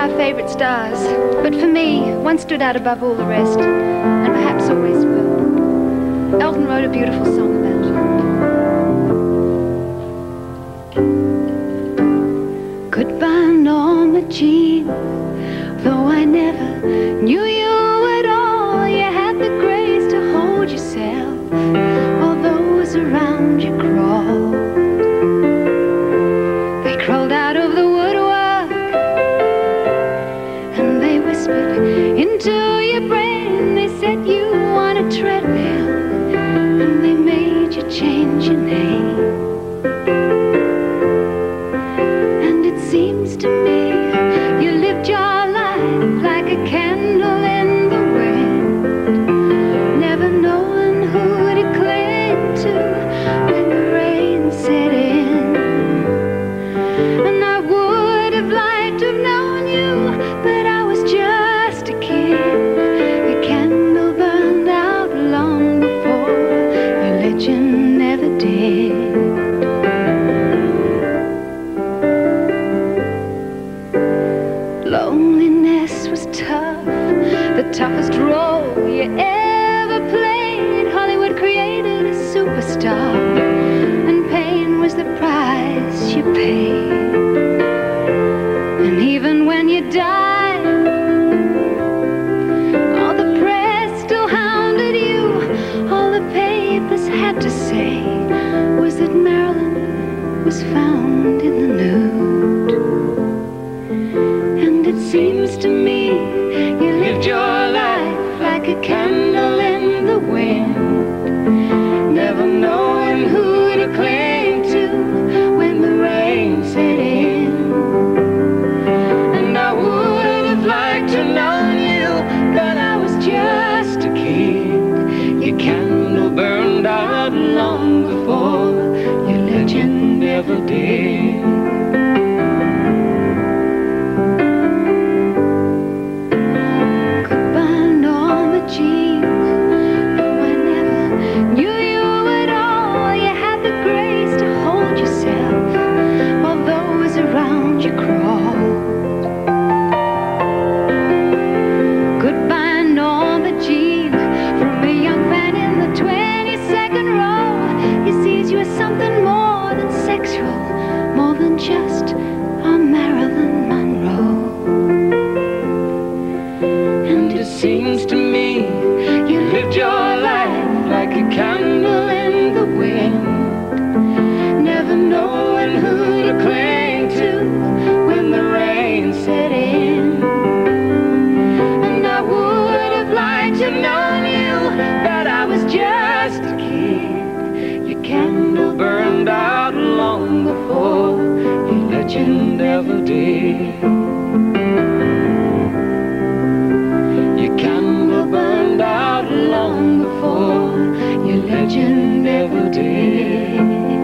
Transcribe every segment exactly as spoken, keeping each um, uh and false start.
our favourite stars, but for me, one stood out above all the rest, and perhaps always will. Elton wrote a beautiful song about it. Goodbye, Norma Jean, though I never knew you at all, you had the grace to hold yourself while those around you crawled. They crawled out of the woodwork and they whispered into your brain. They said you on a treadmill and they made you change your name. And it seems to me you lived your life like a candle in the wind, never knowing who to cling to when the rain set in. And I would have liked to have known you, but I was just a kid. Your candle burned out long before your legend never did. Loneliness was tough, the toughest role you ever played. Hollywood created a superstar, and pain was the price you paid. And even when you died, all the press still hounded you. All the papers had to say was that Marilyn was found in the nude. And it seems to me you lived your life like a candle in the wind, never knowing who to cling to when the rain set in. And I would have liked to know you, but I was just a kid. Your candle burned out long before your legend never did. Just a Marilyn Monroe. And it seems to me you lived your life like a candle in the wind, never knowing who to cling to when the rain set in. And I would have liked to know you, but I was just a kid. Your candle burned out long before legend never did. Your candle burned out long before your legend never did.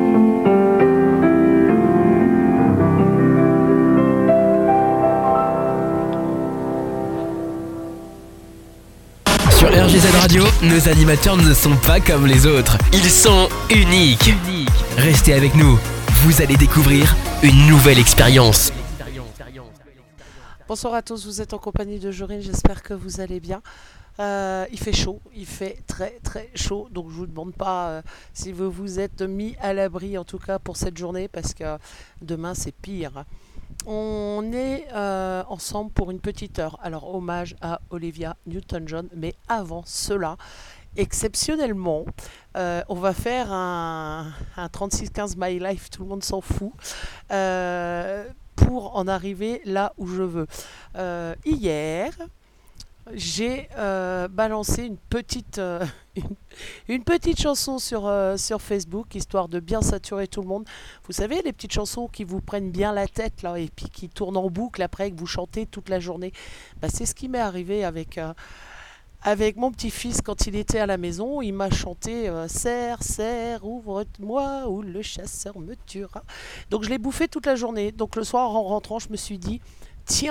Sur R G Z Radio, nos animateurs ne sont pas comme les autres. Ils sont uniques. Restez avec nous. Vous allez découvrir une nouvelle expérience. Bonsoir à tous, vous êtes en compagnie de Jorine, j'espère que vous allez bien. Euh, il fait chaud, il fait très très chaud, donc je vous demande pas euh, si vous vous êtes mis à l'abri en tout cas pour cette journée, parce que demain c'est pire. On est euh, ensemble pour une petite heure, alors hommage à Olivia Newton-John, mais avant cela, exceptionnellement, euh, on va faire un, un trente-six quinze My Life, tout le monde s'en fout, euh, pour en arriver là où je veux. Euh, hier, j'ai euh, balancé une petite, euh, une, une petite chanson sur, euh, sur Facebook, histoire de bien saturer tout le monde. Vous savez, les petites chansons qui vous prennent bien la tête là, et puis qui tournent en boucle après, que vous chantez toute la journée. Bah, c'est ce qui m'est arrivé avec... Euh, Avec mon petit-fils, quand il était à la maison, il m'a chanté euh, « Serre, serre, ouvre-moi ou le chasseur me tuera ». Donc je l'ai bouffé toute la journée. Donc le soir, en rentrant, je me suis dit « Tiens,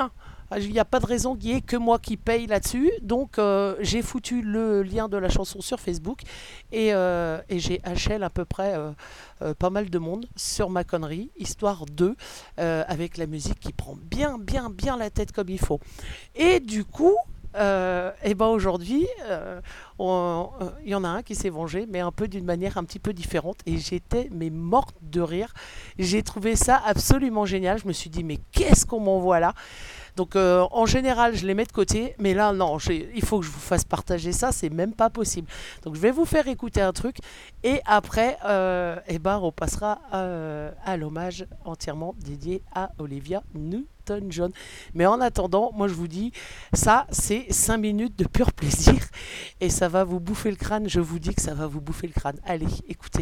Il n'y a pas de raison qu'il y ait que moi qui paye là-dessus. Donc euh, j'ai foutu le lien de la chanson sur Facebook et, euh, et j'ai H L à peu près euh, euh, pas mal de monde sur ma connerie, histoire de, euh, avec la musique qui prend bien, bien, bien la tête comme il faut. Et du coup, euh, et ben aujourd'hui, euh, on- euh, il y en a un qui s'est vengé, mais un peu d'une manière un petit peu différente. Et j'étais mais morte de rire. J'ai trouvé ça absolument génial. Je me suis dit, mais qu'est-ce qu'on m'envoie là? Donc euh, en général, je les mets de côté, mais là, non, j'ai- il faut que je vous fasse partager ça, c'est même pas possible. Donc je vais vous faire écouter un truc, et après, euh, eh ben, on passera euh, à l'hommage entièrement dédié à Olivia Newton-John. Mais en attendant, moi je vous dis, ça, c'est cinq minutes de pur plaisir, et ça va vous bouffer le crâne, je vous dis que ça va vous bouffer le crâne. Allez, écoutez.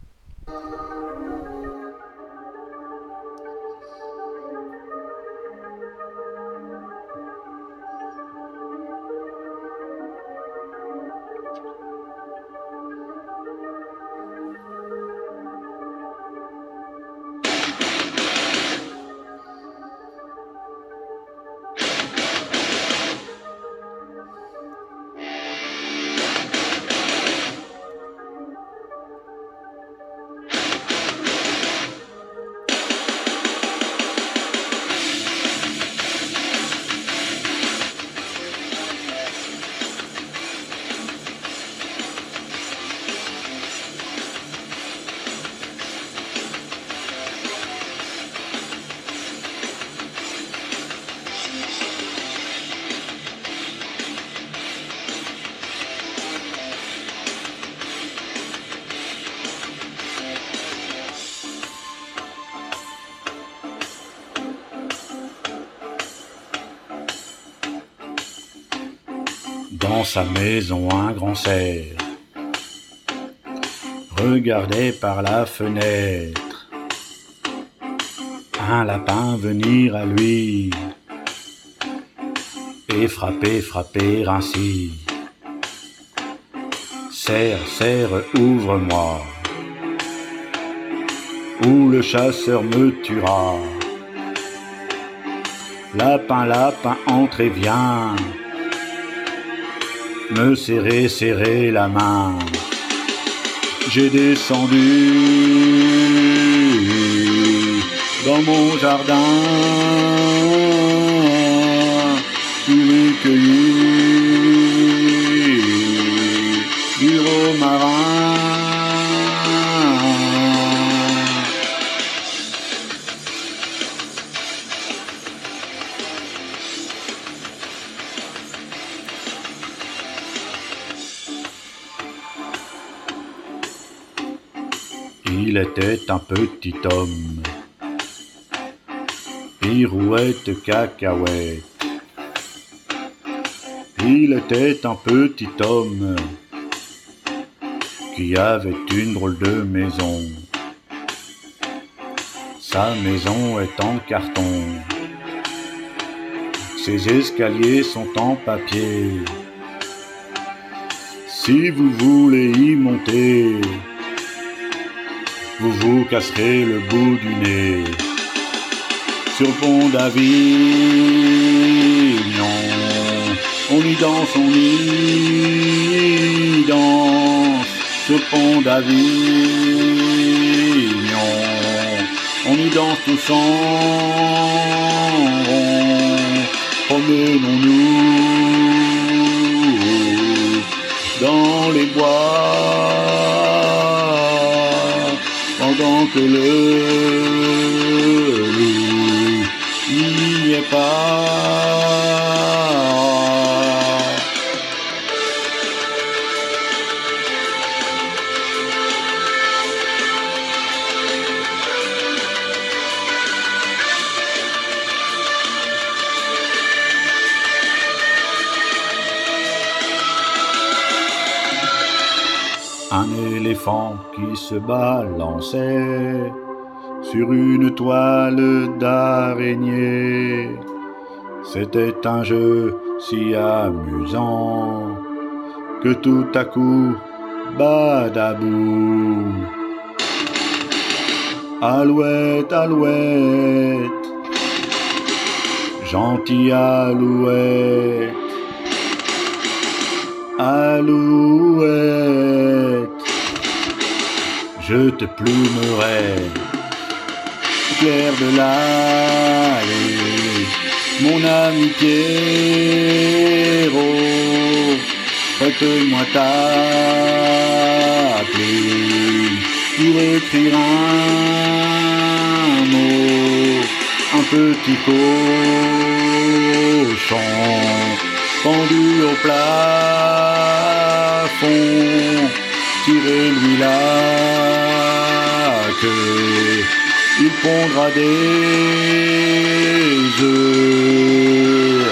Dans sa maison, un grand cerf regardait par la fenêtre un lapin venir à lui et frapper, frapper ainsi. Cerf, cerf, ouvre-moi, ou le chasseur me tuera. Lapin, lapin, entre et viens me serrer, serrer la main. J'ai descendu dans mon jardin, j'ai cueilli du romarin. Il était un petit homme, pirouette, cacahuète. Il était un petit homme qui avait une drôle de maison. Sa maison est en carton, ses escaliers sont en papier. Si vous voulez y monter, vous vous casserez le bout du nez. Sur le pont d'Avignon, on y danse, on y danse. Sur le pont d'Avignon, on y danse tous en rond. Promenons-nous dans les bois pendant que le loup n'y est pas. Un éléphant qui se balançait sur une toile d'araignée. C'était un jeu si amusant que tout à coup, badabou. Alouette, alouette, Gentille alouette, alouette, je te plumerai, clair de l'allée, mon ami Pierrot, prête-moi ta plume pour écrire un mot, un petit cochon pendu au plafond, tirez-lui la queue, il pondra des œufs.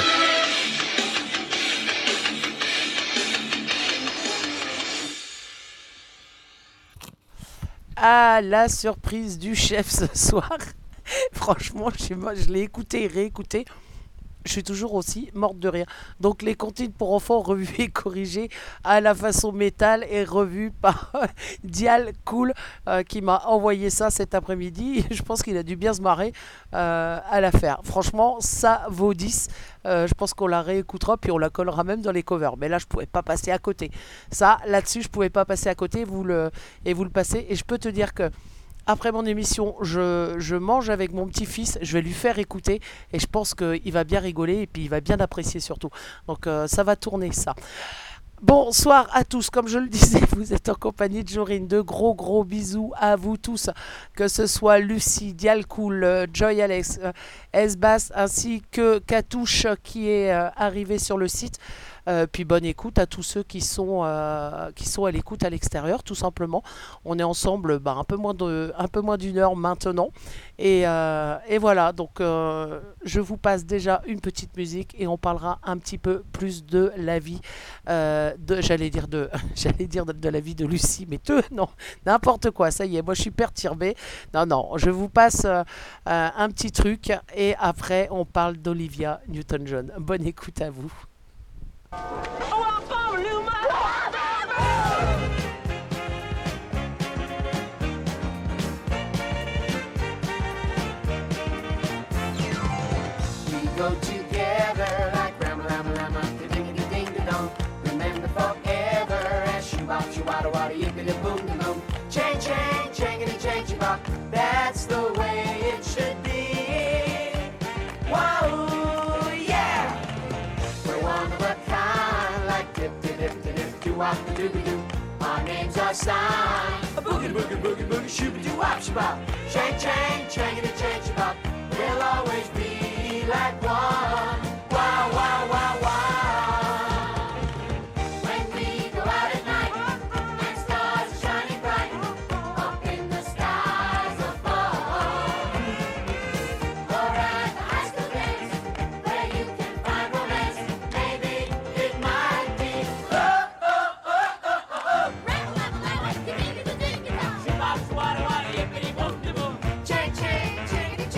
Ah, la surprise du chef ce soir. Franchement, je, suis, moi, je l'ai écouté et réécouté. Je suis toujours aussi morte de rire. Donc les comptines pour enfants revus et corrigés à la façon métal et revus par Dial Cool euh, qui m'a envoyé ça cet après-midi. Je pense qu'il a dû bien se marrer euh, à la faire. Franchement, ça vaut dix. Euh, je pense qu'on la réécoutera puis on la collera même dans les covers. Mais là, je pouvais pas passer à côté. Ça, là-dessus, je pouvais pas passer à côté. Vous le, et vous le passez. Et je peux te dire que après mon émission, je, je mange avec mon petit-fils, je vais lui faire écouter et je pense qu'il va bien rigoler et puis il va bien apprécier surtout. Donc euh, ça va tourner ça. Bonsoir à tous, comme je le disais, vous êtes en compagnie de Jorine, de gros gros bisous à vous tous, que ce soit Lucie, Dialcool, Joy Alex, S-Bass ainsi que Katouche qui est euh, arrivé sur le site. Euh, puis bonne écoute à tous ceux qui sont, euh, qui sont à l'écoute à l'extérieur, tout simplement. On est ensemble bah, un peu moins de, un peu moins d'une heure maintenant. Et, euh, et voilà, donc euh, je vous passe déjà une petite musique et on parlera un petit peu plus de la vie, euh, de, j'allais dire, de, j'allais dire de, de la vie de Lucie, mais te, non, n'importe quoi, ça y est, moi je suis perturbée. Non, non, je vous passe euh, euh, un petit truc et après on parle d'Olivia Newton-John. Bonne écoute à vous. Go together like ram ram ram ding ding ding dong. Remember forever as she bop she wada wada yippity boom boom. Chang chang changity changity bop. That's the way it should be. Wow yeah. We're one of a kind like dip dip dip dip dip doo wop doo doo. Our names are signed. A boogie boogie boogie boogie shooby doo wop she bop. Chang chang changity changity bop. We'll always be like one, wow, wow, wow, wow. When we go out at night and stars are shining bright up in the skies above, or at the high school dance where you can find romance, maybe it might be oh, oh, oh, oh, oh, oh. Rattle, rattle, rattle, like the ding, the ding, the ding. She bops, wada, wada, yippity, boom, boom. Chang, chang, changity,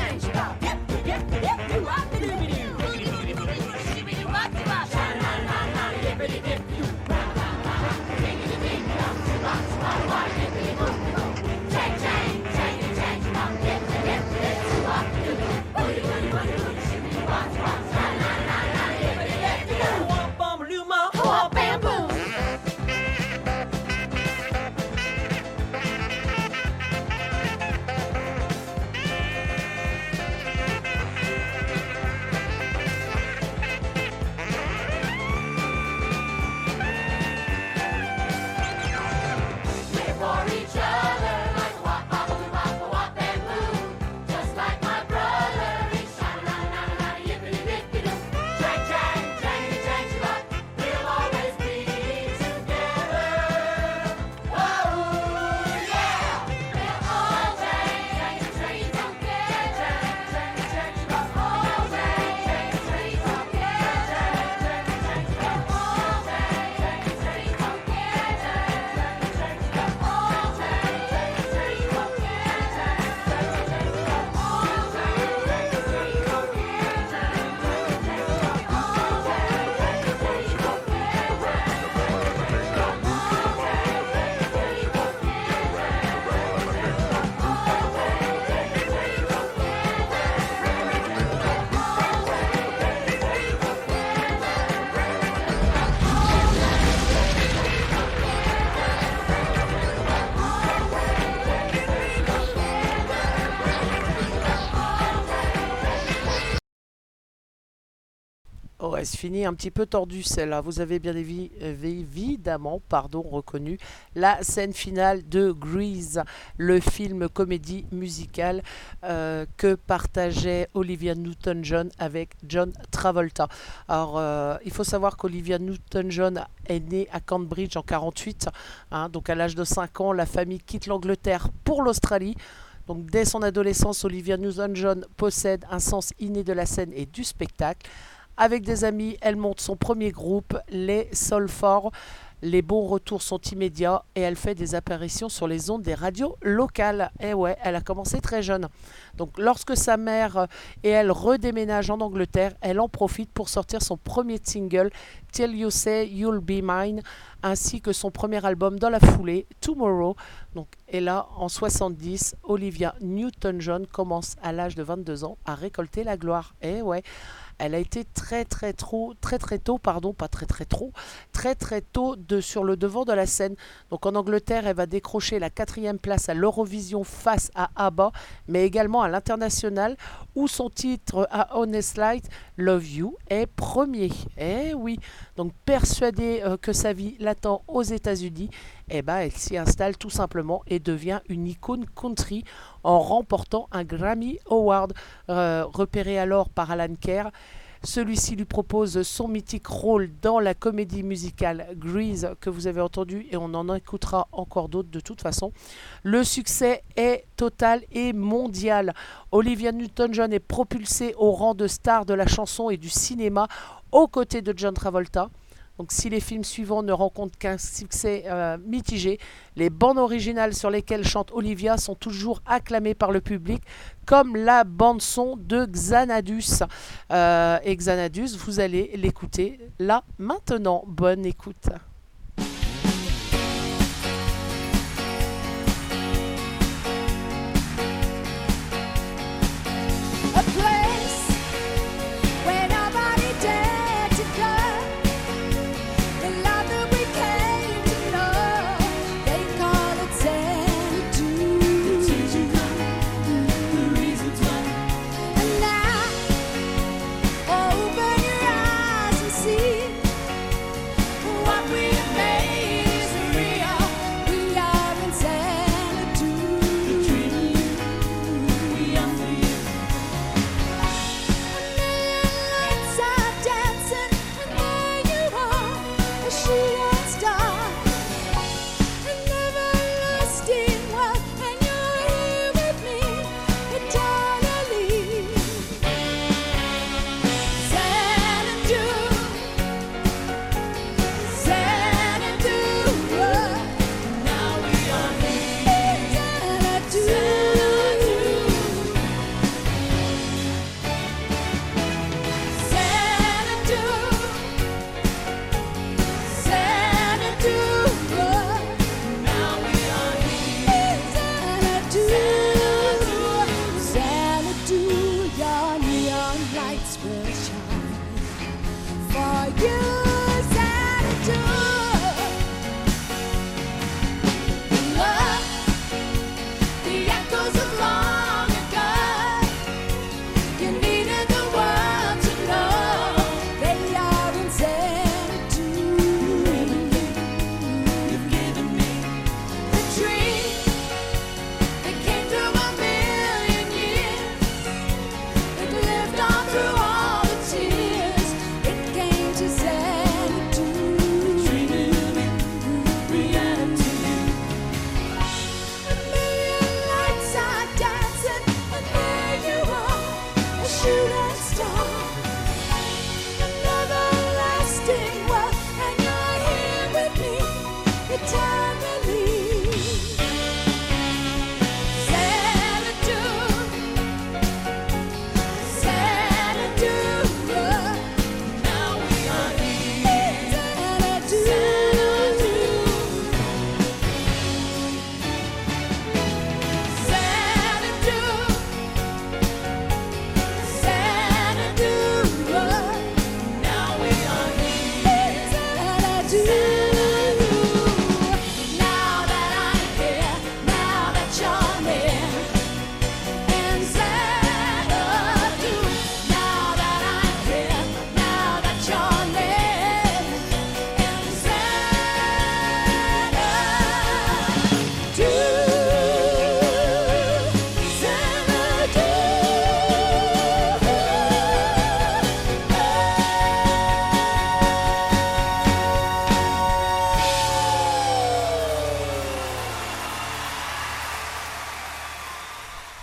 Ouais, c'est fini, un petit peu tordu celle-là. Vous avez bien évi- évidemment pardon, reconnu la scène finale de Grease, le film comédie musicale euh, que partageait Olivia Newton-John avec John Travolta. Alors, euh, il faut savoir qu'Olivia Newton-John est née à Cambridge en quarante-huit. Hein, donc, à l'âge de cinq ans, la famille quitte l'Angleterre pour l'Australie. Donc, dès son adolescence, Olivia Newton-John possède un sens inné de la scène et du spectacle. Avec des amis, elle monte son premier groupe, les Soulfort. Les bons retours sont immédiats et elle fait des apparitions sur les ondes des radios locales. Et ouais, elle a commencé très jeune. Donc lorsque sa mère et elle redéménagent en Angleterre, elle en profite pour sortir son premier single, Till You Say You'll Be Mine, ainsi que son premier album dans la foulée, Tomorrow. Donc, et là, en soixante-dix, Olivia Newton-John commence à l'âge de vingt-deux ans à récolter la gloire. Et ouais, elle a été très très trop, très très tôt, pardon, pas très très trop, très très tôt de, sur le devant de la scène. Donc en Angleterre, elle va décrocher la quatrième place à l'Eurovision face à ABBA, mais également à l'international où son titre à Honest Light, Love You, est premier. Eh oui, donc persuadée euh, que sa vie l'attend aux États-Unis, eh ben, elle s'y installe tout simplement et devient une icône country en remportant un Grammy Award. Euh, repéré alors par Alan Kerr, celui-ci lui propose son mythique rôle dans la comédie musicale Grease que vous avez entendu et on en écoutera encore d'autres de toute façon. Le succès est total et mondial. Olivia Newton-John est propulsée au rang de star de la chanson et du cinéma aux côtés de John Travolta. Donc si les films suivants ne rencontrent qu'un succès euh, mitigé, les bandes originales sur lesquelles chante Olivia sont toujours acclamées par le public, comme la bande-son de Xanadus. Euh, et Xanadus, vous allez l'écouter là maintenant. Bonne écoute. A place where nobody dared to go. The love that we came to know, they call it Xanadu. And now, open your eyes and see what we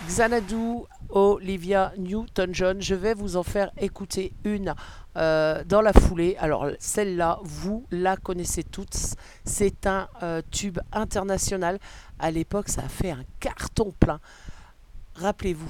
Xanadu, Olivia Newton-John. Je vais vous en faire écouter une euh, dans la foulée. Alors celle-là, vous la connaissez toutes. C'est un euh, tube international. À l'époque, ça a fait un carton plein. Rappelez-vous.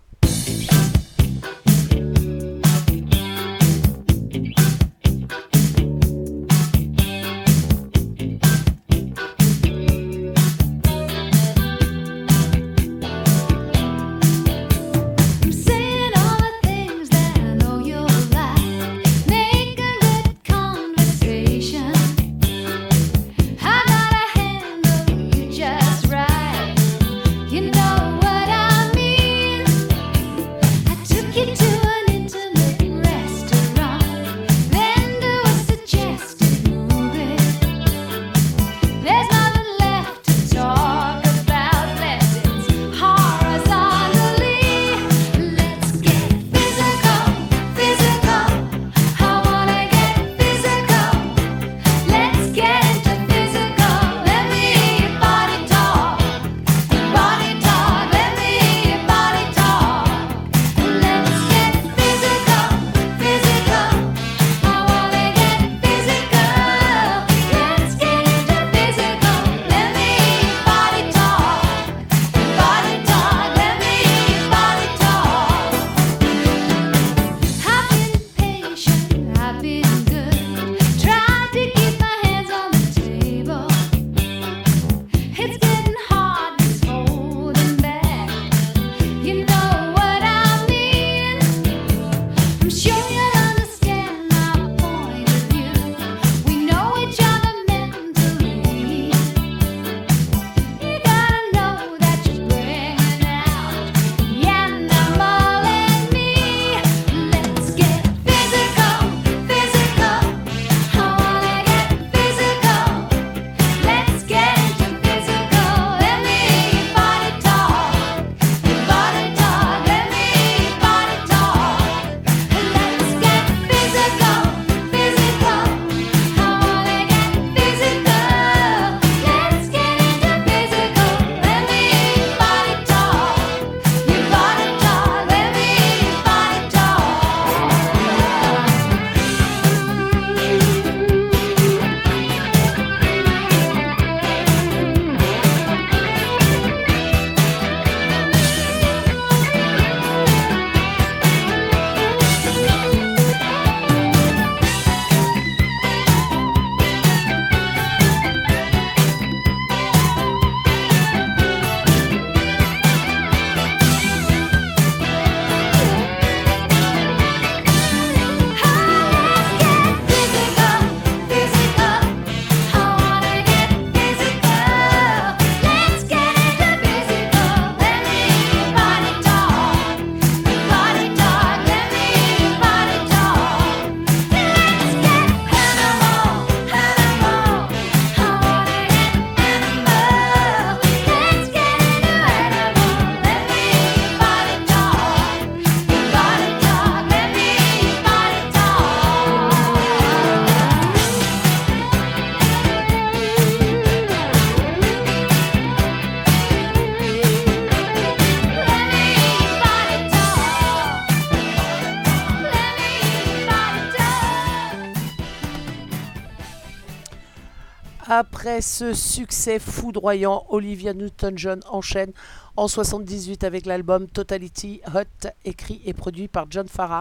Après ce succès foudroyant, Olivia Newton-John enchaîne en soixante-dix-huit avec l'album Totality Hot, écrit et produit par John Farrar,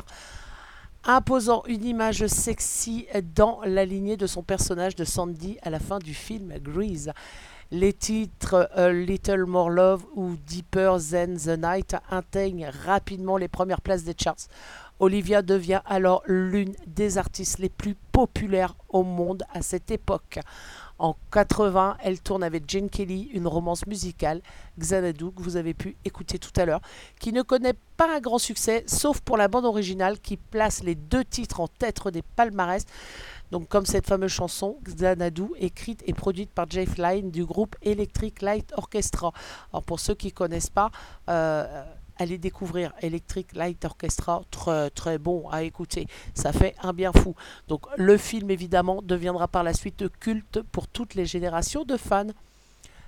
imposant une image sexy dans la lignée de son personnage de Sandy à la fin du film Grease. Les titres A Little More Love ou Deeper Than the Night atteignent rapidement les premières places des charts. Olivia devient alors l'une des artistes les plus populaires au monde à cette époque. En quatre-vingts, elle tourne avec Gene Kelly, une romance musicale, Xanadu, que vous avez pu écouter tout à l'heure, qui ne connaît pas un grand succès, sauf pour la bande originale qui place les deux titres en tête des palmarès. Donc comme cette fameuse chanson, Xanadu, écrite et produite par Jeff Lynne du groupe Electric Light Orchestra. Alors pour ceux qui ne connaissent pas, euh, allez découvrir Electric Light Orchestra, très, très bon à écouter, ça fait un bien fou. Donc le film évidemment deviendra par la suite culte pour toutes les générations de fans.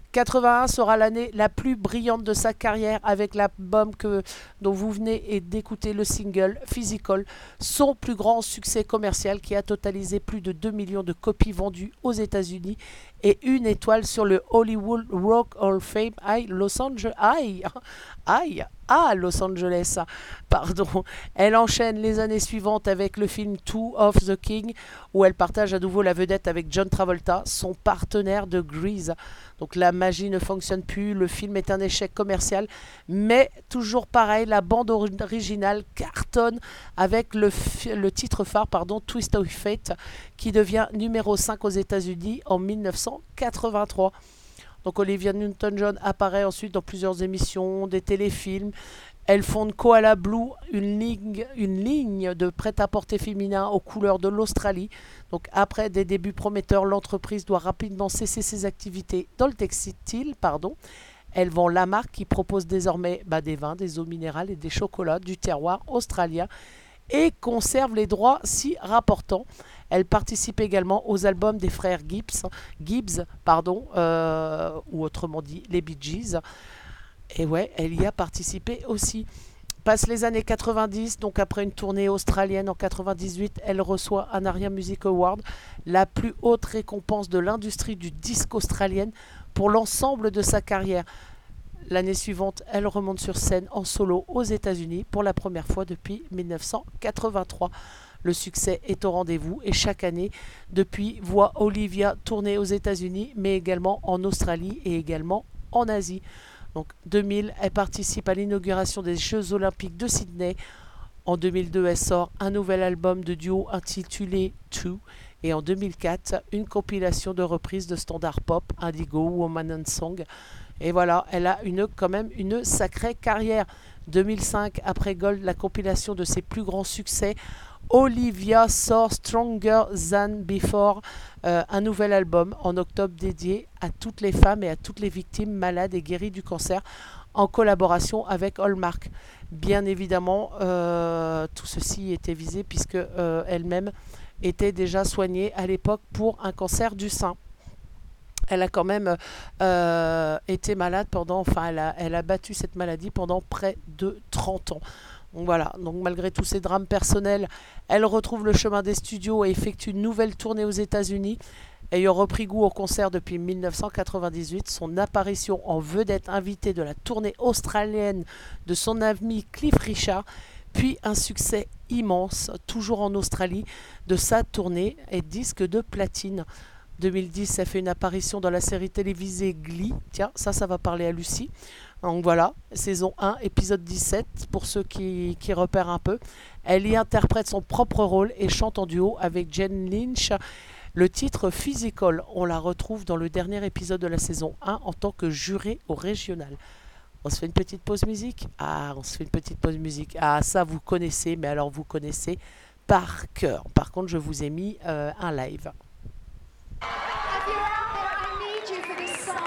quatre-vingt-un sera l'année la plus brillante de sa carrière avec l'album que, dont vous venez d'écouter le single Physical, son plus grand succès commercial qui a totalisé plus de deux millions de copies vendues aux États-Unis et une étoile sur le Hollywood Rock Hall of Fame à Los Angeles. Aïe, aïe, à Los Angeles. Pardon. Elle enchaîne les années suivantes avec le film Two of the King où elle partage à nouveau la vedette avec John Travolta, son partenaire de Grease. Donc la magie ne fonctionne plus, le film est un échec commercial, mais toujours pareil, la bande originale cartonne avec le, fi- le titre phare, pardon, Twist of Fate, qui devient numéro cinq aux États-Unis en mille neuf cent quatre-vingt-trois. Donc Olivia Newton-John apparaît ensuite dans plusieurs émissions, des téléfilms. Elle fonde Koala Blue, une ligne, une ligne de prêt-à-porter féminin aux couleurs de l'Australie. Donc après des débuts prometteurs, l'entreprise doit rapidement cesser ses activités dans le textile. Pardon. Elle vend la marque qui propose désormais bah, des vins, des eaux minérales et des chocolats du terroir australien et conserve les droits si rapportants. Elle participe également aux albums des frères Gibbs, Gibbs pardon, euh, ou autrement dit les Bee Gees. Et ouais, elle y a participé aussi. Passe les années quatre-vingt-dix, donc après une tournée australienne en quatre-vingt-dix-huit, elle reçoit un ARIA Music Award, la plus haute récompense de l'industrie du disque australienne pour l'ensemble de sa carrière. L'année suivante, elle remonte sur scène en solo aux États-Unis pour la première fois depuis mille neuf cent quatre-vingt-trois. Le succès est au rendez-vous et chaque année, depuis, voit Olivia tourner aux États-Unis, mais également en Australie et également en Asie. Donc deux mille, elle participe à l'inauguration des Jeux Olympiques de Sydney. En deux mille deux, elle sort un nouvel album de duo intitulé Two. Et en deux mille quatre, une compilation de reprises de standards pop, Indigo, Woman and Song. Et voilà, elle a une, quand même une sacrée carrière. deux mille cinq, après Gold, la compilation de ses plus grands succès, Olivia sort Stronger Than Before, euh, un nouvel album en octobre dédié à toutes les femmes et à toutes les victimes malades et guéries du cancer, en collaboration avec Hallmark. Bien évidemment, euh, tout ceci était visé puisque euh, elle-même était déjà soignée à l'époque pour un cancer du sein. Elle a quand même euh, été malade pendant, enfin, elle a, elle a battu cette maladie pendant près de trente ans. Donc voilà, donc malgré tous ces drames personnels, elle retrouve le chemin des studios et effectue une nouvelle tournée aux États-Unis. Ayant repris goût au concert depuis mille neuf cent quatre-vingt-dix-huit, son apparition en vedette invitée de la tournée australienne de son ami Cliff Richard, puis un succès immense, toujours en Australie, de sa tournée et disque de platine. deux mille dix, elle fait une apparition dans la série télévisée Glee. Tiens, ça, ça va parler à Lucie. Donc voilà, saison un, épisode dix-sept, pour ceux qui, qui repèrent un peu. Elle y interprète son propre rôle et chante en duo avec Jen Lynch. Le titre Physical, on la retrouve dans le dernier épisode de la saison un en tant que jurée au régional. On se fait une petite pause musique. Ah, on se fait une petite pause musique. Ah, ça, vous connaissez, mais alors vous connaissez par cœur. Par contre, je vous ai mis euh, un live. If you're out there, I need you for this song.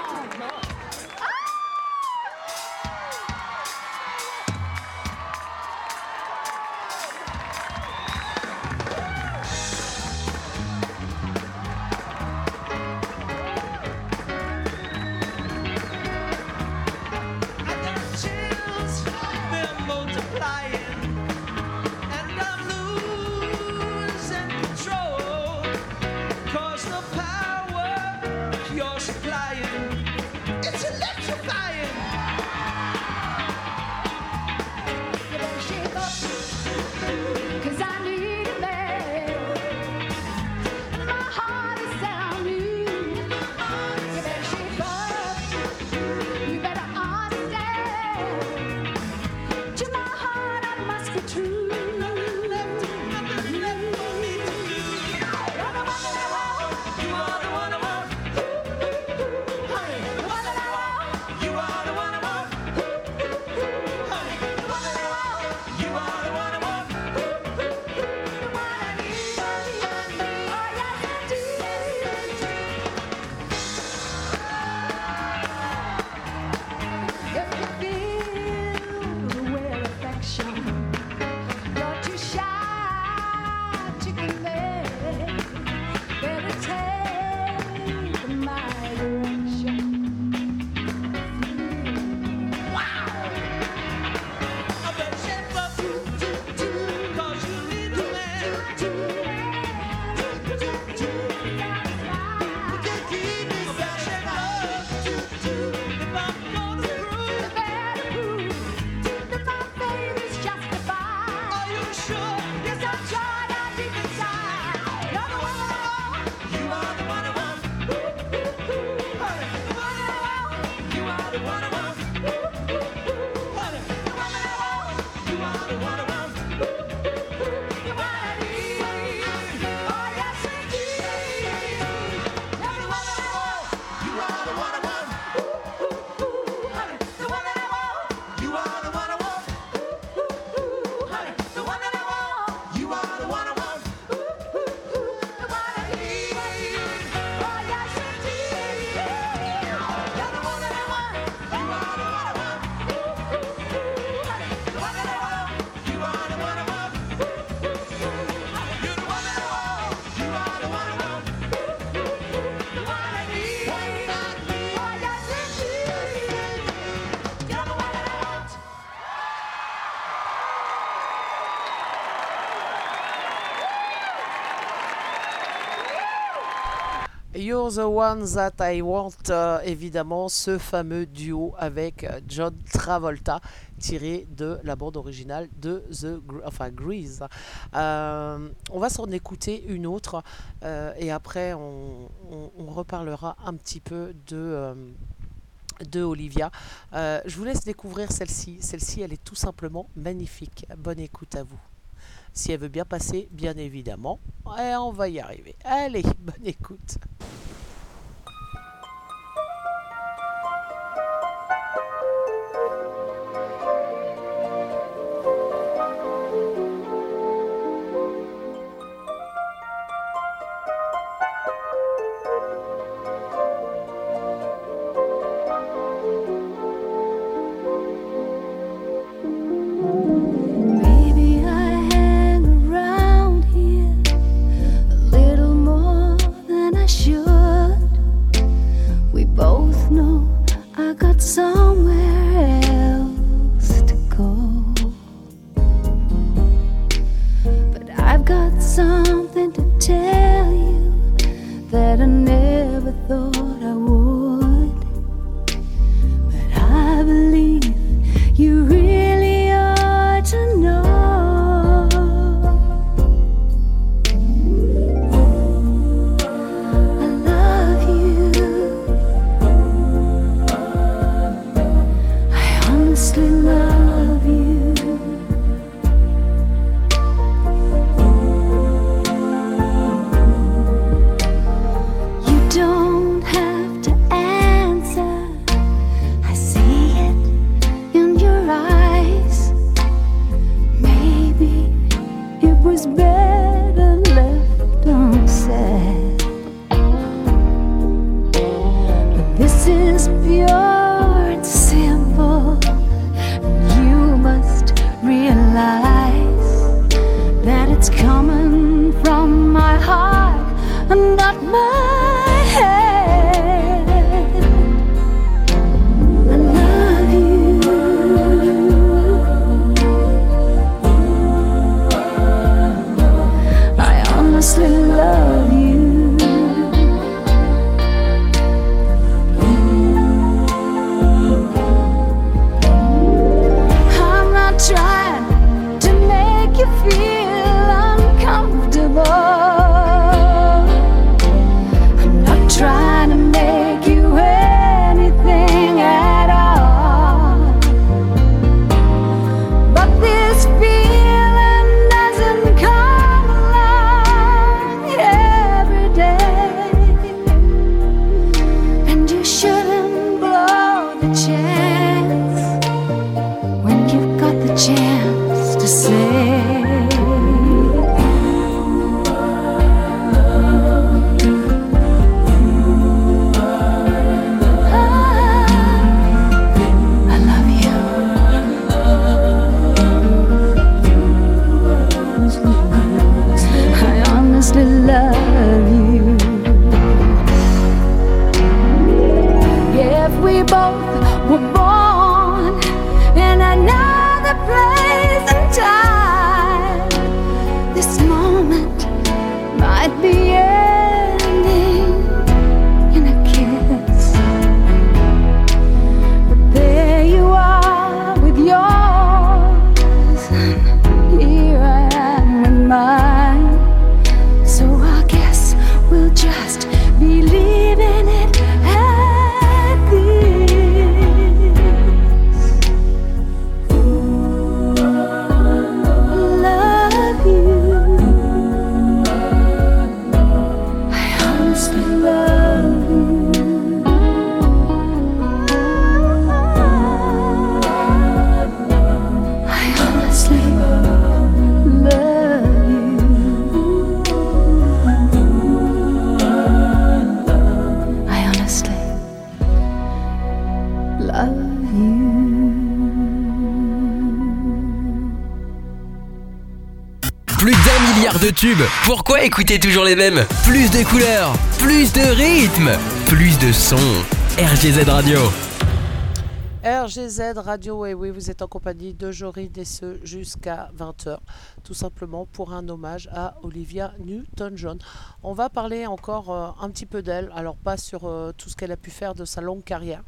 And I'm losing control. You're the one that I want, euh, évidemment, ce fameux duo avec euh, John Travolta, tiré de la bande originale de The Gr- enfin, Grease. Euh, on va s'en écouter une autre euh, et après on, on- on reparlera un petit peu de, euh, de Olivia. Euh, je vous laisse découvrir celle-ci. Celle-ci, elle est tout simplement magnifique. Bonne écoute à vous. Si elle veut bien passer, bien évidemment. Et on va y arriver. Allez, bonne écoute. Maybe I hang around here a little more than I should. We both know I got somewhere else to go. But I've got something to tell you that I never thought I would. But I believe you really ought to know. I love you. I honestly love you. You don't have to answer. I see it in your eyes. Maybe it was better left unsaid. But this is pure and simple. You must realize that it's coming from my heart and not my head. I love you. I honestly love you. I'm not trying to make you feel uncomfortable. I'm not trying to make you anything at all. But this feeling doesn't come along every day. And you shouldn't blow the chance when you've got the chance to say I love you. I honestly love you. If we both were born in another place and time, this moment might be ending in a kiss. But there you are with yours, and here I am with mine. So I guess we'll just be leaving it at this. Love you. I honestly love you. I honestly love you. I honestly love you. Plus d'un milliard de tubes. Pourquoi écouter toujours les mêmes? Plus de couleurs, plus de rythme, plus de sons. R G Z Radio. R G Z Radio, et oui, vous êtes en compagnie de Jorine et ce jusqu'à vingt heures, tout simplement pour un hommage à Olivia Newton-John. On va parler encore euh, un petit peu d'elle, alors pas sur euh, tout ce qu'elle a pu faire de sa longue carrière,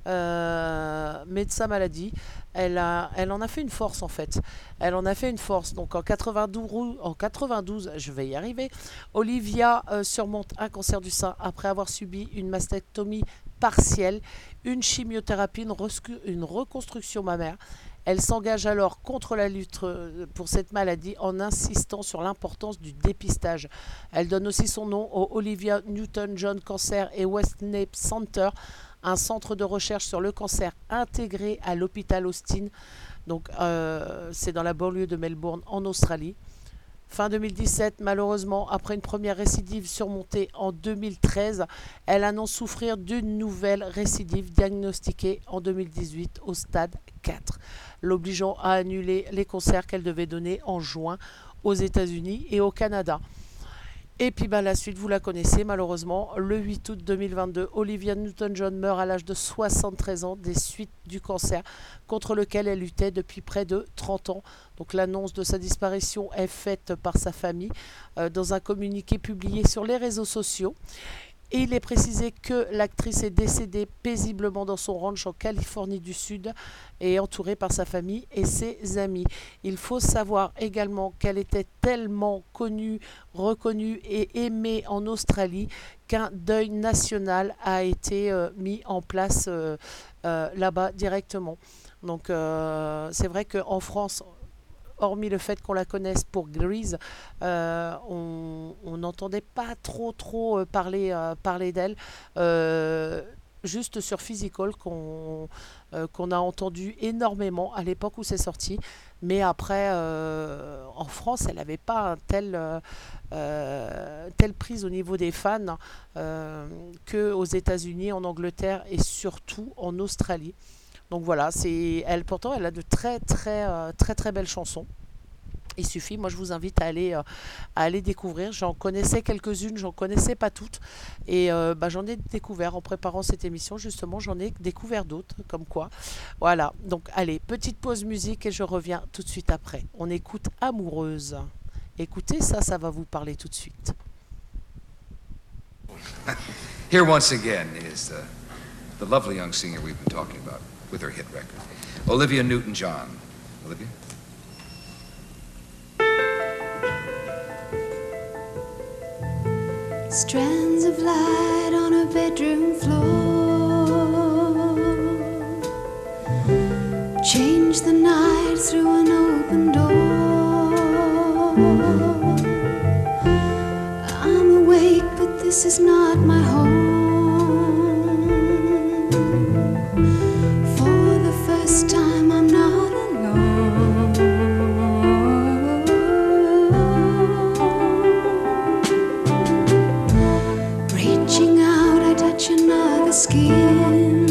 euh, mais de sa maladie. Elle, a, elle en a fait une force en fait. Elle en a fait une force. Donc en quatre-vingt-douze, en quatre-vingt-douze je vais y arriver, Olivia euh, surmonte un cancer du sein après avoir subi une mastectomie partielle, une chimiothérapie, une, rescu- une reconstruction mammaire. Elle s'engage alors contre la lutte pour cette maladie en insistant sur l'importance du dépistage. Elle donne aussi son nom au Olivia Newton-John Cancer et Westnap Center, un centre de recherche sur le cancer intégré à l'hôpital Austin. Donc, euh, c'est dans la banlieue de Melbourne, en Australie. Fin deux mille dix-sept, malheureusement, après une première récidive surmontée en deux mille treize, elle annonce souffrir d'une nouvelle récidive diagnostiquée en deux mille dix-huit au stade quatre, l'obligeant à annuler les concerts qu'elle devait donner en juin aux États-Unis et au Canada. Et puis bah, la suite, vous la connaissez malheureusement. Le huit août deux mille vingt-deux, Olivia Newton-John meurt à l'âge de soixante-treize ans des suites du cancer contre lequel elle luttait depuis près de trente ans. Donc l'annonce de sa disparition est faite par sa famille euh, dans un communiqué publié sur les réseaux sociaux. Et il est précisé que l'actrice est décédée paisiblement dans son ranch en Californie du Sud et entourée par sa famille et ses amis. Il faut savoir également qu'elle était tellement connue, reconnue et aimée en Australie qu'un deuil national a été euh, mis en place euh, euh, là-bas directement. Donc euh, c'est vrai qu'en France, hormis le fait qu'on la connaisse pour Grease, euh, on n'entendait pas trop trop euh, parler, euh, parler d'elle. Euh, juste sur Physical qu'on euh, qu'on a entendu énormément à l'époque où c'est sorti. Mais après, euh, en France, elle n'avait pas un tel, euh, euh, telle prise au niveau des fans euh, qu'aux États-Unis, en Angleterre et surtout en Australie. Donc voilà, c'est elle. Pourtant, elle a de très très euh, très très belles chansons. Il suffit, moi je vous invite à aller, euh, à aller découvrir. J'en connaissais quelques-unes, j'en connaissais pas toutes. Et euh, bah, j'en ai découvert en préparant cette émission, justement, j'en ai découvert d'autres, comme quoi. Voilà, donc allez, petite pause musique et je reviens tout de suite après. On écoute Amoureuse. Écoutez, ça, ça va vous parler tout de suite. Here once again is uh, the lovely young singer we've been talking about with her hit record, Olivia Newton-John. Olivia? Strands of light on a bedroom floor change the night through an open door. I'm awake, but this is not my home. For the first time, I'm not alone. Reaching out, I touch another skin.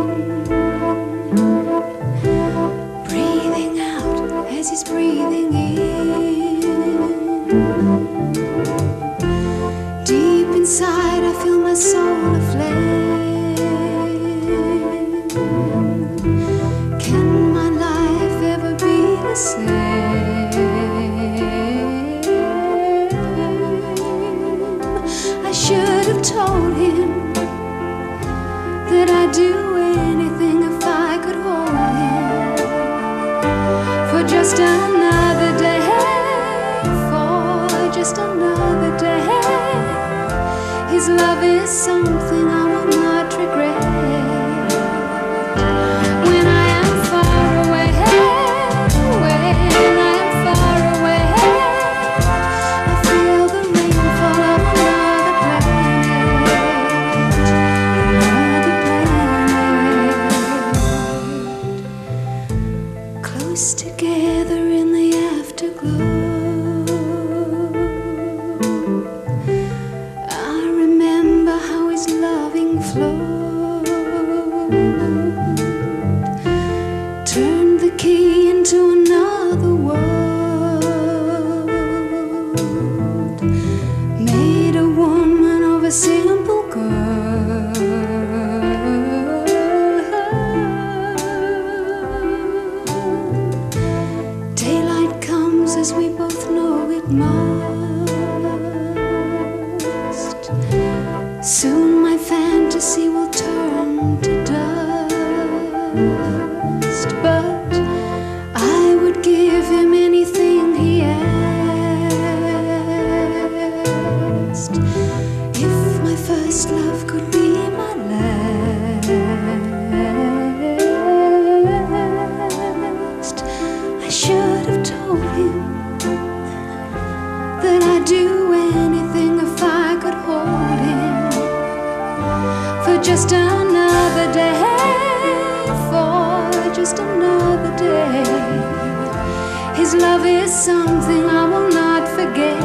Breathing out as he's breathing in. Deep inside, I feel my soul aflame. Can my life ever be the same? I should have told him that I'd do anything if I could hold him for just another day, for just another day. His love is something I will not regret. When I am far away, when I am far away, I feel the rainfall of another planet, another planet. Close together in the afterglow, I remember how his loving flowed. Turned the key into another world. Made a woman of a simple girl. must. Soon my fantasy will turn to dust, but I would give him anything he asked. If my first love could be my last, I should have told him that I'd do anything if I could hold him for just another day, for just another day. His love is something I will not forget.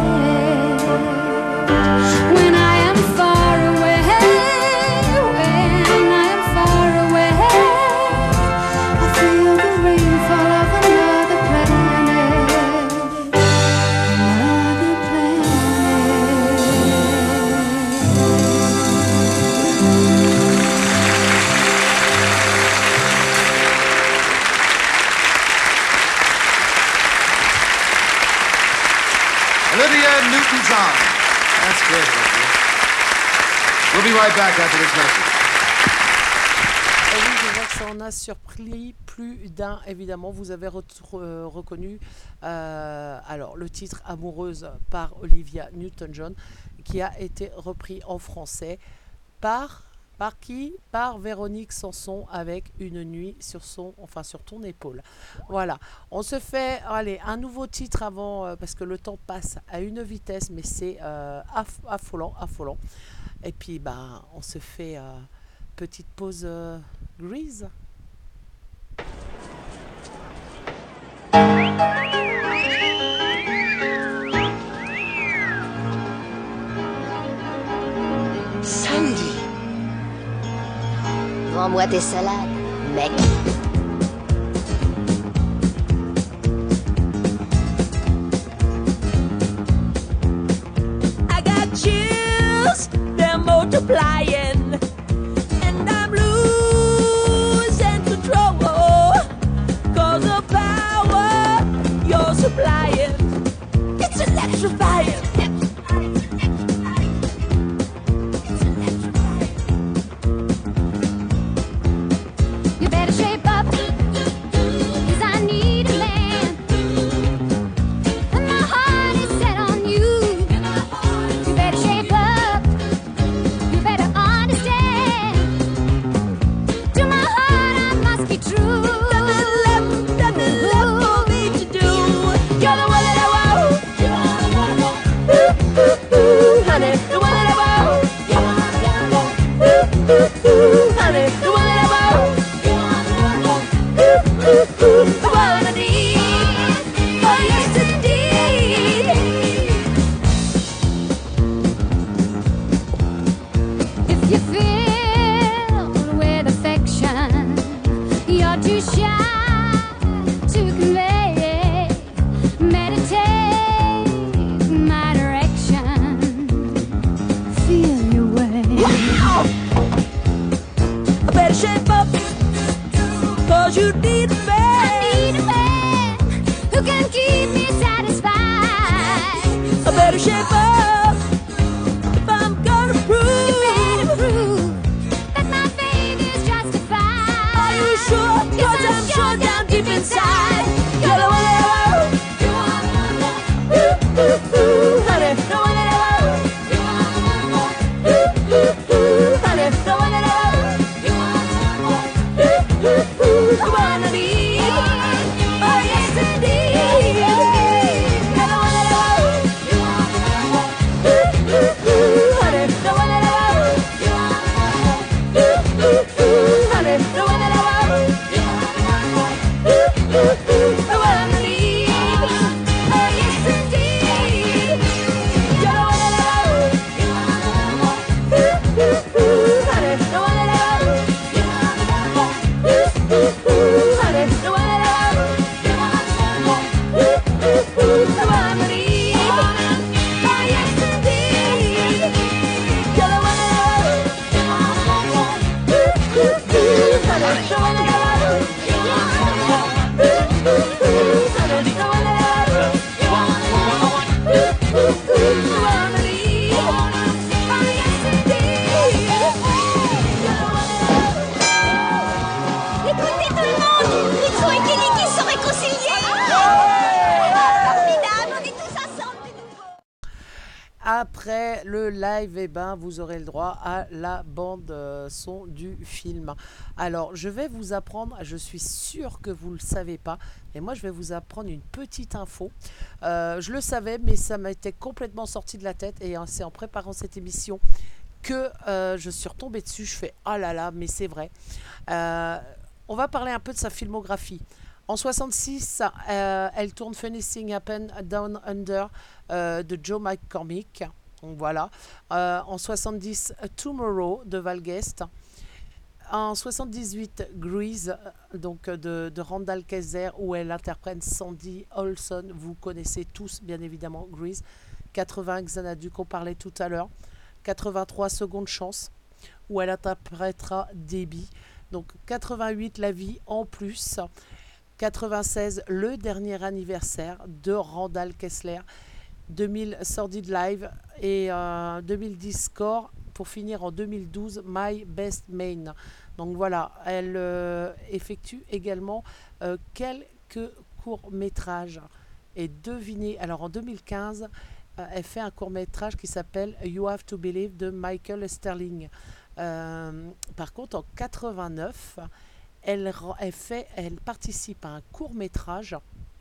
When I am far away, when I am far away, I feel the rainfall of another planet, another Olivia Newton-John. That's great, Olivia. We'll be right back after this message. Et oui, je vois que ça en a surpris plus d'un, évidemment. Vous avez re- re- reconnu euh, alors, le titre Amoureuse par Olivia Newton-John, qui a été repris en français par, par qui? Par Véronique Sanson avec Une nuit sur, son, enfin, sur ton épaule. Voilà, on se fait allez, un nouveau titre avant, euh, parce que le temps passe à une vitesse, mais c'est euh, aff- affolant, affolant. Et puis, bah, on se fait euh, petite pause euh, Grease. Sandy. Vends-moi tes salades, mec. I got chills, they're multiplying, and I'm losing control. Cause the power you're supplying, it's electrifying. You better shape up, 'cause I need a man, and my heart is set on you. You better shape up, you better understand. To my heart I must be true. Nothing left, nothing left for me to do. You're the one that I want. Ooh, ooh, ooh, honey, the one that I want. Ooh, ooh, ooh, honey, the one that I want. Ooh, ooh, ooh, the one I need. Oh yes indeed. If you feel with affection, you're too shy to convey. Meditate my direction. Feel your way. Wow! I better shape up, cause you need a I man. need a man who can keep me satisfied. I better shape up if I'm gonna You better prove. prove that my faith is justified. Are you sure? Cause I'm sure down deep inside you're the one that I want. Ooh, ooh, ooh, honey, the one that I want. Ooh, ooh, ooh, honey, the one that I want. Ooh, ooh, ooh, the one I need. Oh yes indeed. You're the one that I want. après le live, eh ben, vous aurez le droit à la bande euh, son du film. Alors, je vais vous apprendre, je suis sûre que vous ne le savez pas, mais moi, je vais vous apprendre une petite info. Euh, je le savais, mais ça m'était complètement sorti de la tête, et hein, c'est en préparant cette émission que euh, je suis retombée dessus. Je fais « Ah là là, mais c'est vrai euh, ». On va parler un peu de sa filmographie. En soixante-six, euh, elle tourne Funny Thing Happen Down Under euh, de Joe McCormick. Donc voilà. Euh, en soixante-dix, Tomorrow de Val Guest. En soixante-dix-huit, Grease donc de, de Randall Kaiser, où elle interprète Sandy Olson. Vous connaissez tous bien évidemment Grease. quatre-vingts, Xanadu qu'on parlait tout à l'heure. quatre-vingt-trois, Seconde Chance, où elle interprétera Debbie. Donc quatre-vingt-huit, La vie en plus. quatre-vingt-seize, Le dernier anniversaire de Randall Kessler. deux mille, Sordid Live. Et euh, deux mille dix, Score. Pour finir en deux mille douze, My Best Man. Donc voilà, elle euh, effectue également euh, quelques courts-métrages. Et devinez, alors en deux mille quinze, euh, elle fait un court-métrage qui s'appelle You Have to Believe de Michael Sterling. Euh, par contre, en quatre-vingt-neuf, elle, elle, fait, elle participe à un court-métrage,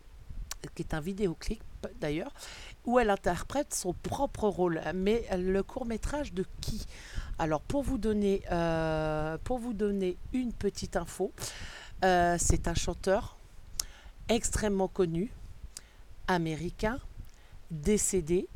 qui est un vidéoclip d'ailleurs, où elle interprète son propre rôle. Mais le court-métrage de qui? Alors, pour vous donner, euh, pour vous donner une petite info, euh, c'est un chanteur extrêmement connu, américain, décédé.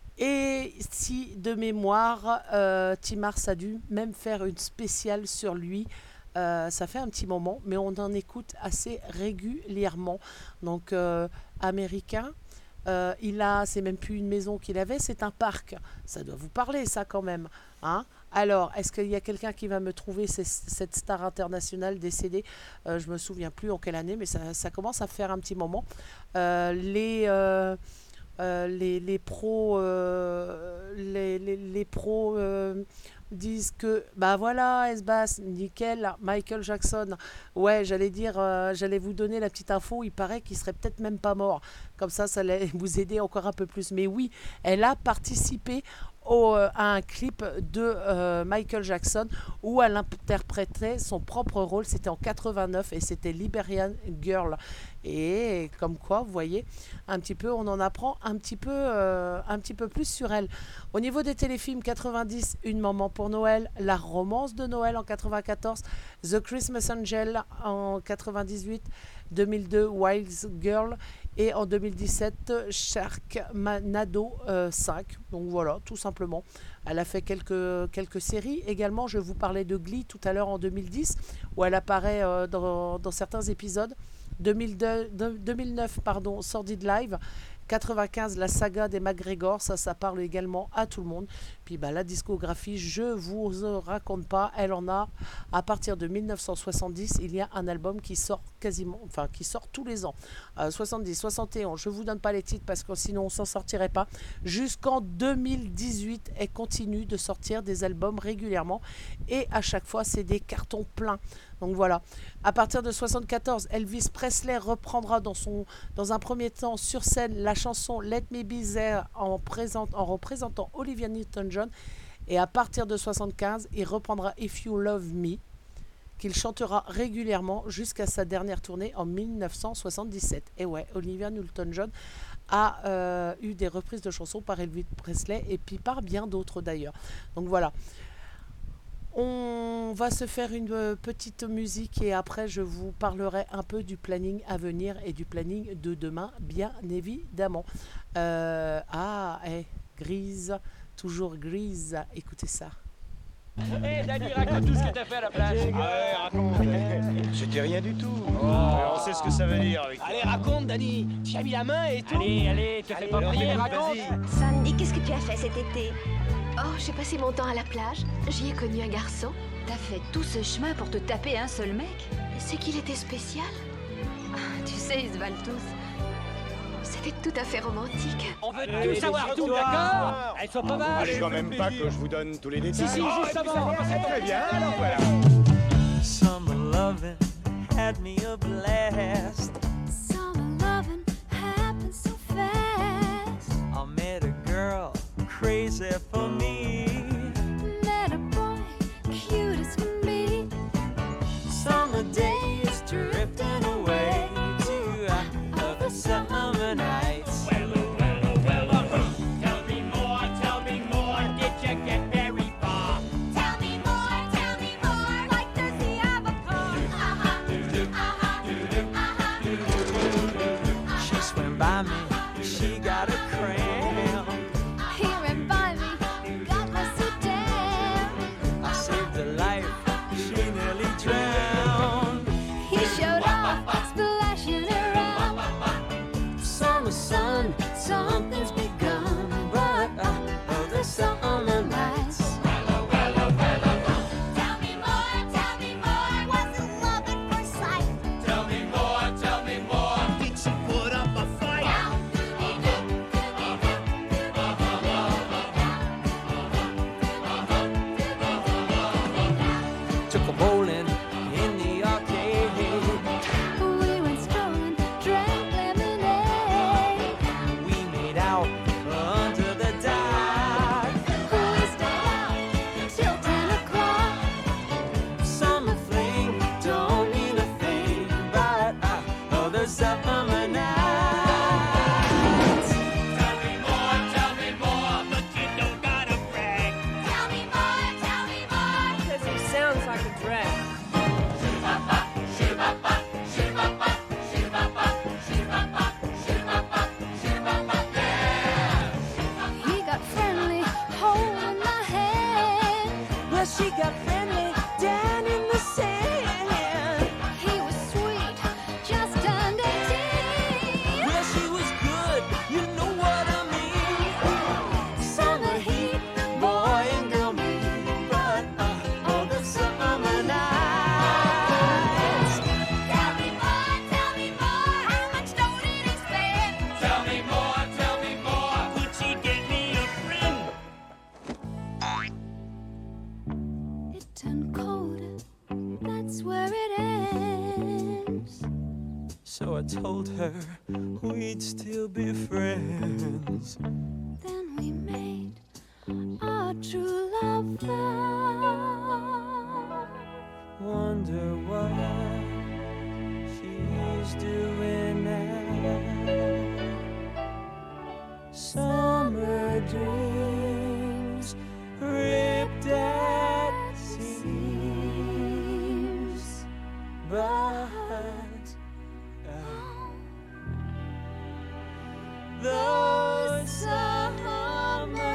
Et si de mémoire, euh, Tim Mars a dû même faire une spéciale sur lui. Euh, ça fait un petit moment, mais on en écoute assez régulièrement. Donc, euh, américain, euh, il a, c'est même plus une maison qu'il avait, c'est un parc. Ça doit vous parler, ça, quand même. Hein? Alors, est-ce qu'il y a quelqu'un qui va me trouver ces, cette star internationale décédée? euh, Je me souviens plus en quelle année, mais ça, ça commence à faire un petit moment. Euh, les... Euh, Euh, les, les pros, euh, les, les, les pros euh, disent que bah voilà, Esbas, nickel, Michael Jackson. Ouais, j'allais dire, euh, j'allais vous donner la petite info. Il paraît qu'il serait peut-être même pas mort. Comme ça, ça allait vous aider encore un peu plus. Mais oui, elle a participé au, euh, à un clip de euh, Michael Jackson où elle interprétait son propre rôle. C'était en quatre-vingt-neuf et c'était Liberian Girl. Et comme quoi, vous voyez, un petit peu, on en apprend un petit peu, euh, un petit peu plus sur elle. Au niveau des téléfilms, quatre-vingt-dix, Une maman pour Noël, La romance de Noël en quatre-vingt-quatorze, The Christmas Angel en quatre-vingt-dix-huit, deux mille deux, Wild Girl et en deux mille dix-sept, Sharknado euh, cinq. Donc voilà, tout simplement. Elle a fait quelques, quelques séries. Également, je vous parlais de Glee tout à l'heure en deux mille dix, où elle apparaît euh, dans, dans certains épisodes. deux mille deux, deux mille neuf, pardon, Sordid Live. quatre-vingt-quinze, la saga des McGregor, ça, ça parle également à tout le monde. Puis bah, la discographie, je vous raconte pas, elle en a à partir de mille neuf cent soixante-dix. Il y a un album qui sort quasiment, enfin qui sort tous les ans. Euh, soixante-dix, soixante et onze, je vous donne pas les titres parce que sinon on s'en sortirait pas. Jusqu'en deux mille dix-huit, elle continue de sortir des albums régulièrement et à chaque fois c'est des cartons pleins. Donc voilà. À partir de soixante-quatorze, Elvis Presley reprendra dans, son, dans un premier temps sur scène la chanson Let Me Be There en, présent, en représentant Olivia Newton-John. Et à partir de soixante-quinze, il reprendra If You Love Me, qu'il chantera régulièrement jusqu'à sa dernière tournée en mille neuf cent soixante-dix-sept. Et ouais, Olivia Newton-John a euh, eu des reprises de chansons par Elvis Presley et puis par bien d'autres d'ailleurs. Donc voilà. On va se faire une petite musique et après je vous parlerai un peu du planning à venir et du planning de demain, bien évidemment. Euh, ah, eh, Grise, toujours Grise, écoutez ça. Hé, hey, Dani, raconte tout ce que t'as fait à la plage. Ah ouais, raconte. C'était rien du tout. Oh. On sait ce que ça veut dire. Avec allez, raconte, Dani. Tu as mis la main et tout. Allez, allez, te fais pas prier, raconte. Sandy, qu'est-ce que tu as fait cet été? Oh, j'ai passé mon temps à la plage. J'y ai connu un garçon. T'as fait tout ce chemin pour te taper un seul mec? C'est qu'il était spécial. Ah, tu sais, ils se valent tous. C'était tout à fait romantique. On veut allez, tout savoir, tout, d'accord? Elles sont pas mal. Je ne dois même pas que je vous donne tous les détails. Si, si, justement. C'est très bien, alors voilà. Summer loving had me a blast. Summer loving happened so fast. I met a girl crazy except for me. Met a boy, cute as can be. Summer days drifting away to uh, other summer nights. Well, well, well, uh, tell me more, tell me more. Did you get very far? Tell me more, tell me more. Like does he have a car? Uh-huh, uh-huh, uh-huh. She swam by me, she got a cramp. He ran by me, got me so damn. I saved her life, she nearly drowned. He showed off, splashing around. Summer sun, something's begun, but uh, oh, the summer nights. Tell me more, tell me more. Was it love at first sight? Tell me more, tell me more. Did she put up a fight? Took a bowling in the arcade. We went strolling, drank lemonade. We made out under the dark. We stayed out till ten o'clock. Summer fling don't mean a thing, but uh, oh, the summer nights. Tell me more, tell me more. But you don't gotta brag. Tell me more, tell me more. Because he sounds like a drag. He got friendly, holding my hand. Well, she got friendly down in the sand. He was sweet, just turned eighteen. Well, she was good, you know what I mean. Summer heat, boy and girl meet, but uh, oh, the summer nights. Tell me more, tell me more. How much dough did he spend? Tell me more, tell me more. Could she get me a friend? It turned cold, that's where it ends. So I told her we'd still be friends. Then we made our true love vow. Wonder what she's doing now. Summer dreams ripped at seams, but uh, those summer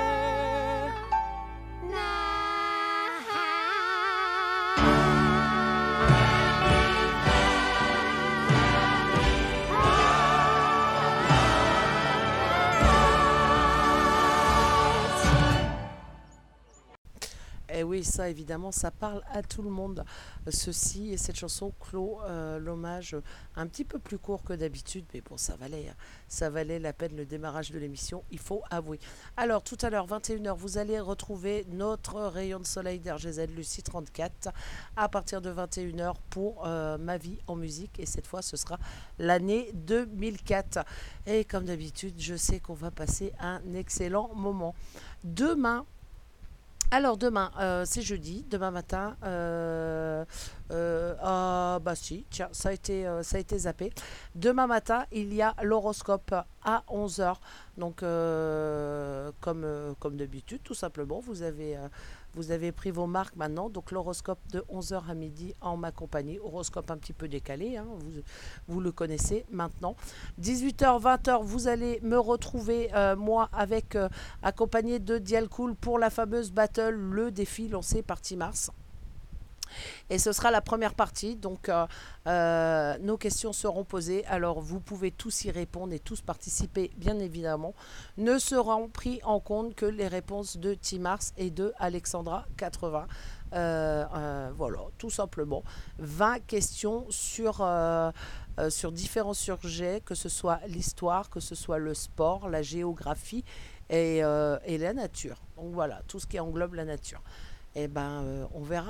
Et oui, ça évidemment, ça parle à tout le monde. Ceci et cette chanson clôt euh, l'hommage un petit peu plus court que d'habitude, mais bon, ça valait, hein. Ça valait la peine le démarrage de l'émission, il faut avouer. Alors, tout à l'heure, vingt et une heures, vous allez retrouver notre rayon de soleil d'R G Z, Lucie trente-quatre, à partir de vingt et une heures pour euh, Ma vie en musique. Et cette fois, ce sera l'année deux mille quatre. Et comme d'habitude, je sais qu'on va passer un excellent moment. Demain, alors demain, euh, c'est jeudi, demain matin, euh, euh, ah bah si, tiens, ça a été, euh, ça a été zappé. Demain matin, il y a l'horoscope à onze heures. Donc, euh, comme, euh, comme d'habitude, tout simplement, vous avez, euh, vous avez pris vos marques maintenant. Donc, l'horoscope de onze heures à midi en ma compagnie. Horoscope un petit peu décalé, hein, vous, vous le connaissez maintenant. dix-huit heures, vingt heures, vous allez me retrouver, euh, moi, avec euh, accompagné de Dialcool pour la fameuse battle, le défi lancé par Team Mars. Et ce sera la première partie, donc euh, euh, nos questions seront posées, alors vous pouvez tous y répondre et tous participer bien évidemment. Ne seront pris en compte que les réponses de Team Mars et de Alexandra quatre-vingts. Euh, euh, voilà, tout simplement. vingt questions sur, euh, euh, sur différents sujets, que ce soit l'histoire, que ce soit le sport, la géographie et, euh, et la nature. Donc voilà, tout ce qui englobe la nature. Et ben, euh, on verra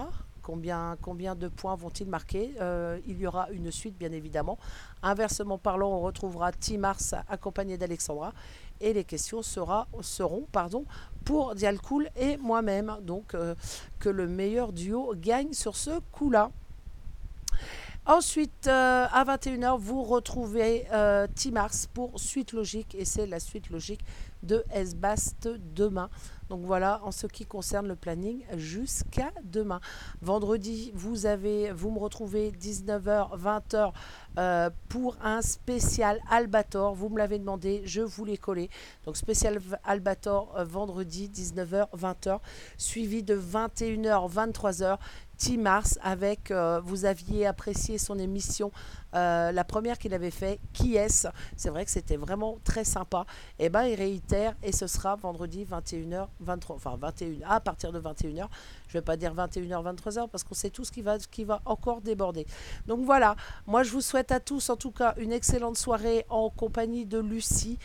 combien, combien de points vont-ils marquer. Euh, il y aura une suite, bien évidemment. Inversement parlant, on retrouvera T-Mars accompagné d'Alexandra. Et les questions sera, seront pardon, pour Dialcool et moi-même. Donc, euh, que le meilleur duo gagne sur ce coup-là. Ensuite, euh, à vingt et une heures, vous retrouvez euh, T-Mars pour Suite Logique. Et c'est la suite logique de S-Bast demain. Donc voilà, en ce qui concerne le planning jusqu'à demain. Vendredi, vous avez, vous me retrouvez dix-neuf heures, vingt heures euh, pour un spécial Albator. Vous me l'avez demandé, je vous l'ai collé. Donc spécial Albator euh, vendredi, dix-neuf heures, vingt heures, suivi de vingt et une heures, vingt-trois heures. T-Mars avec, euh, vous aviez apprécié son émission, euh, la première qu'il avait fait, Qui est-ce ? C'est vrai que c'était vraiment très sympa. Et ben il réitère et ce sera vendredi vingt et une heures, vingt-trois, enfin vingt et une heures, à partir de vingt et une heures. Je ne vais pas dire vingt et une heures, vingt-trois heures parce qu'on sait tout ce qui va, qui va encore déborder. Donc voilà, moi je vous souhaite à tous en tout cas une excellente soirée en compagnie de Lucie.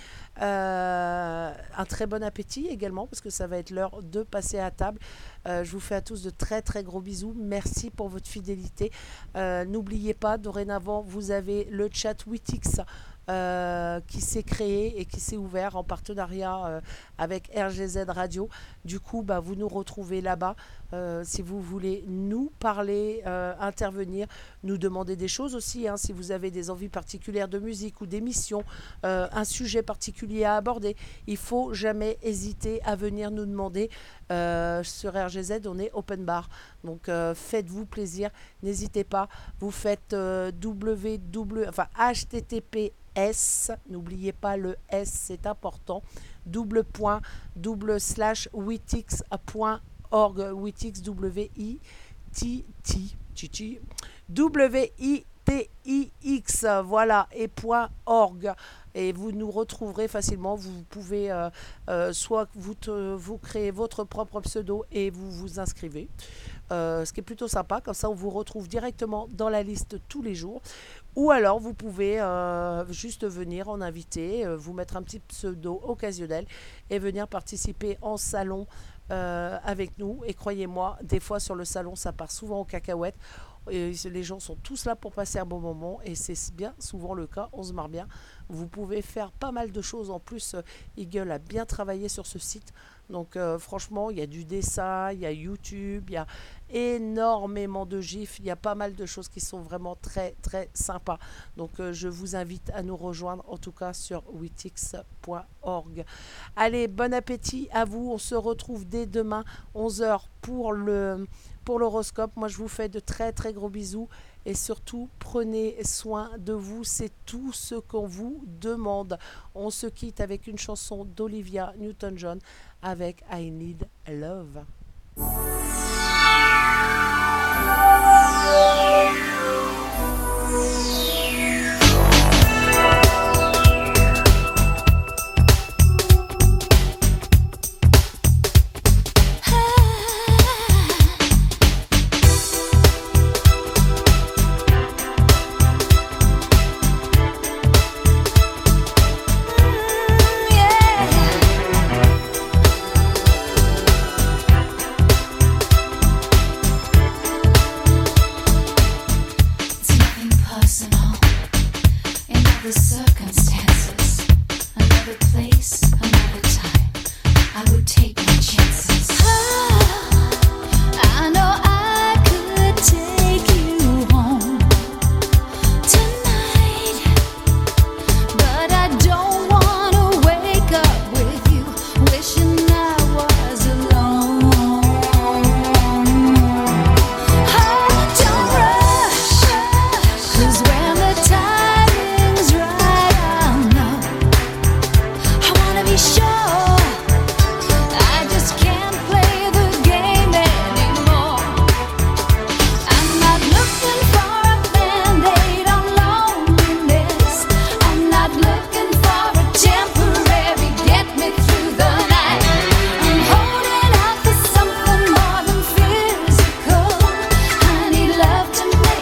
Euh, un très bon appétit également parce que ça va être l'heure de passer à table. Euh, je vous fais à tous de très très gros bisous. Merci pour votre fidélité. Euh, n'oubliez pas, dorénavant, vous avez le chat Witix euh, qui s'est créé et qui s'est ouvert en partenariat euh, avec R G Z Radio. Du coup, bah, vous nous retrouvez là-bas. Euh, si vous voulez nous parler, euh, intervenir, nous demander des choses aussi, hein, si vous avez des envies particulières de musique ou d'émission, euh, un sujet particulier à aborder, il faut jamais hésiter à venir nous demander. Euh, sur R G Z, on est open bar, donc euh, faites-vous plaisir, n'hésitez pas. Vous faites euh, www, enfin H T T P S, n'oubliez pas le S, c'est important. Double point, double slash witix point org, witix W I T T W I T I X, voilà, et point .org. Et vous nous retrouverez facilement. Vous pouvez euh, euh, soit vous, te, vous créez votre propre pseudo et vous vous inscrivez. Euh, ce qui est plutôt sympa, comme ça on vous retrouve directement dans la liste tous les jours. Ou alors vous pouvez euh, juste venir en invité, euh, vous mettre un petit pseudo occasionnel et venir participer en salon euh, avec nous. Et croyez-moi, des fois sur le salon ça part souvent aux cacahuètes. Et les gens sont tous là pour passer un bon moment et c'est bien souvent le cas, on se marre bien. Vous pouvez faire pas mal de choses. En plus, Eagle a bien travaillé sur ce site. Donc euh, franchement, il y a du dessin, il y a YouTube, il y a énormément de gifs, il y a pas mal de choses qui sont vraiment très très sympas. Donc euh, je vous invite à nous rejoindre en tout cas sur witix point org. Allez, bon appétit à vous. On se retrouve dès demain onze heures pour le pour l'horoscope. Moi je vous fais de très très gros bisous et surtout prenez soin de vous, c'est tout ce qu'on vous demande. On se quitte avec une chanson d'Olivia Newton-John avec I Need Love.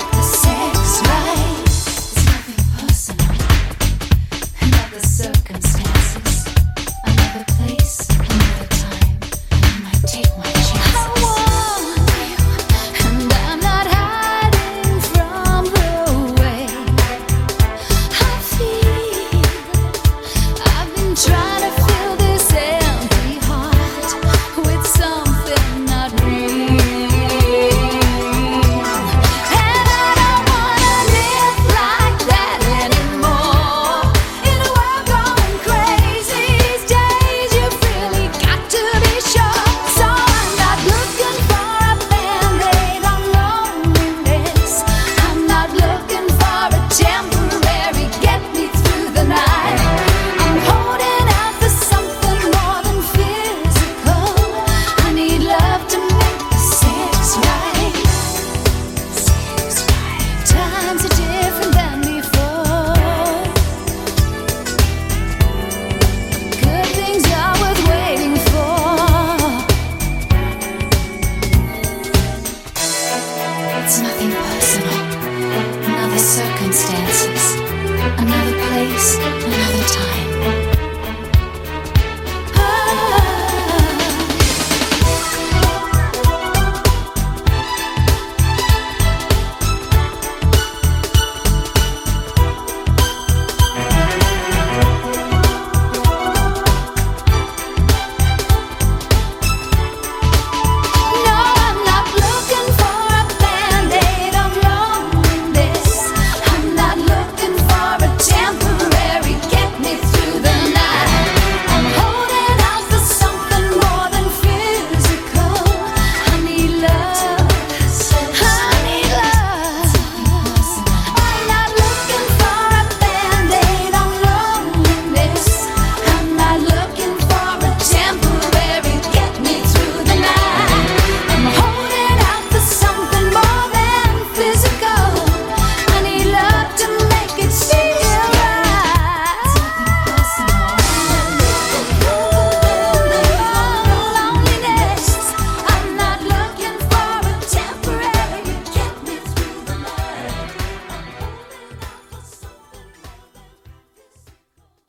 Circumstance.